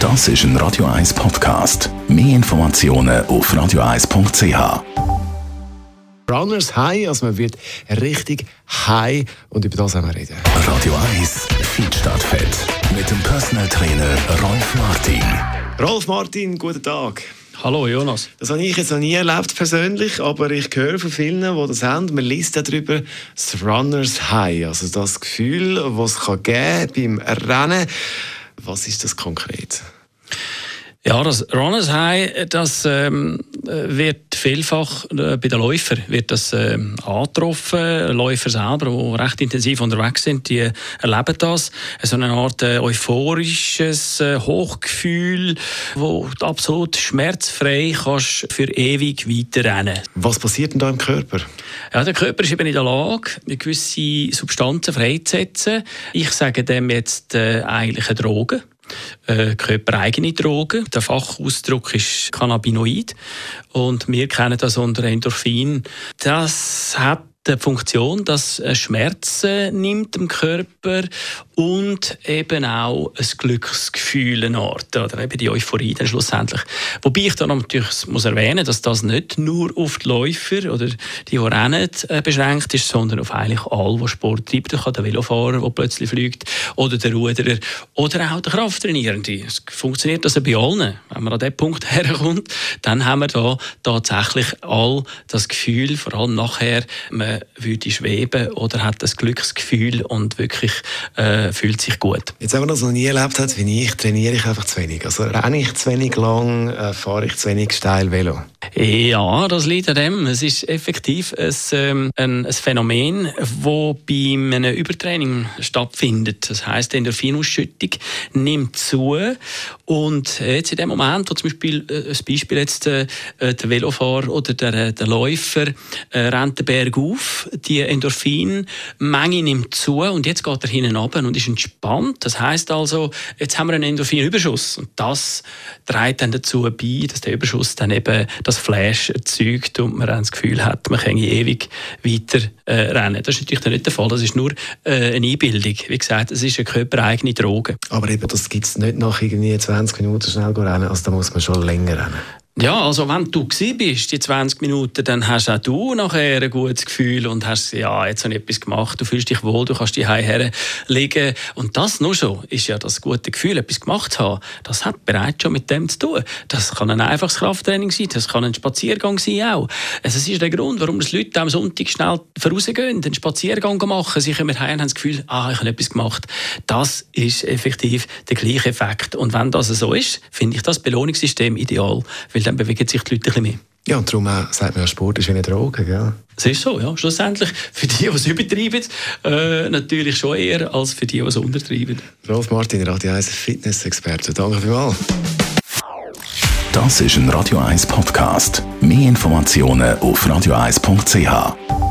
Das ist ein Radio 1 Podcast. Mehr Informationen auf radio1.ch. Runners High, also man wird richtig high und über das haben wir reden. Radio 1 Fit statt Fett. Mit dem Personal Trainer Rolf Martin. Rolf Martin, guten Tag. Hallo Jonas. Das habe ich jetzt noch nie erlebt persönlich, aber ich höre von vielen, die das haben. Man liest darüber das Runners High, also das Gefühl, das es geben beim Rennen. Was ist das konkret? Ja, das Runners High, das wird vielfach bei den Läufern wird das angetroffen. Läufer selber, die recht intensiv unterwegs sind, die erleben das. So eine Art euphorisches Hochgefühl, wo du absolut schmerzfrei kannst für ewig weiterrennen. Was passiert denn da im Körper? Ja, der Körper ist eben in der Lage, gewisse Substanzen freizusetzen. Ich sage dem jetzt eigentlich eine Droge. Körpereigene Drogen. Der Fachausdruck ist Cannabinoid und wir kennen das unter Endorphin. Das hat die Funktion, dass es Schmerzen nimmt im Körper und eben auch ein Glücksgefühl, eine Art, oder eben die Euphorie dann schlussendlich. Wobei ich dann natürlich muss erwähnen, dass das nicht nur auf die Läufer oder die rennen beschränkt ist, sondern auf eigentlich alle, die Sport treiben. Da kann der Velofahrer, der plötzlich fliegt, oder der Ruderer oder auch der Krafttrainierende. Es funktioniert also bei allen. Wenn man an diesen Punkt herkommt, dann haben wir da tatsächlich all das Gefühl, vor allem nachher, man würde schweben oder hat das Glücksgefühl und wirklich fühlt sich gut. Jetzt, wenn man das noch nie erlebt hat, wie ich, trainiere ich einfach zu wenig. Also renne ich zu wenig lang, fahre ich zu wenig steil Velo. Ja, das liegt an dem. Es ist effektiv ein Phänomen, das bei einem Übertraining stattfindet. Das heisst, die Endorphinausschüttung nimmt zu und jetzt in dem Moment, wo zum Beispiel der Velofahrer oder der Läufer rennt den Berg auf, die Endorphinmenge nimmt zu und jetzt geht er hinten runter und ist entspannt. Das heisst also, jetzt haben wir einen Endorphinüberschuss und das trägt dann dazu bei, dass der Überschuss dann eben das Flash erzeugt und man dann das Gefühl hat, man kann ewig weiter rennen. Das ist natürlich nicht der Fall, das ist nur eine Einbildung. Wie gesagt, es ist eine körpereigene Droge. Aber eben, das gibt es nicht nach irgendwie 20 Minuten schnell rennen, also da muss man schon länger rennen. Ja, also wenn du gewesen bist, die 20 Minuten, dann hast auch du nachher ein gutes Gefühl und hast, ja, jetzt habe ich etwas gemacht, du fühlst dich wohl, du kannst dich heim liegen. Und das nur schon ist ja das gute Gefühl, etwas gemacht zu haben. Das hat bereits schon mit dem zu tun. Das kann ein einfaches Krafttraining sein, das kann ein Spaziergang sein auch. Also es ist der Grund, warum die Leute am Sonntag schnell vorausgehen, einen Spaziergang machen, sie kommen heim und haben das Gefühl, ich habe etwas gemacht. Das ist effektiv der gleiche Effekt. Und wenn das so ist, finde ich das Belohnungssystem ideal, weil dann bewegen sich die Leute ein bisschen mehr. Ja, und darum sagt man ja, Sport ist wie eine Droge, gell? Es ist so, ja. Schlussendlich für die es übertreiben, natürlich schon eher als für die es untertreiben. Rolf Martin, Radio 1 Fitness-Experte. Danke vielmals. Das ist ein Radio 1 Podcast. Mehr Informationen auf radio1.ch.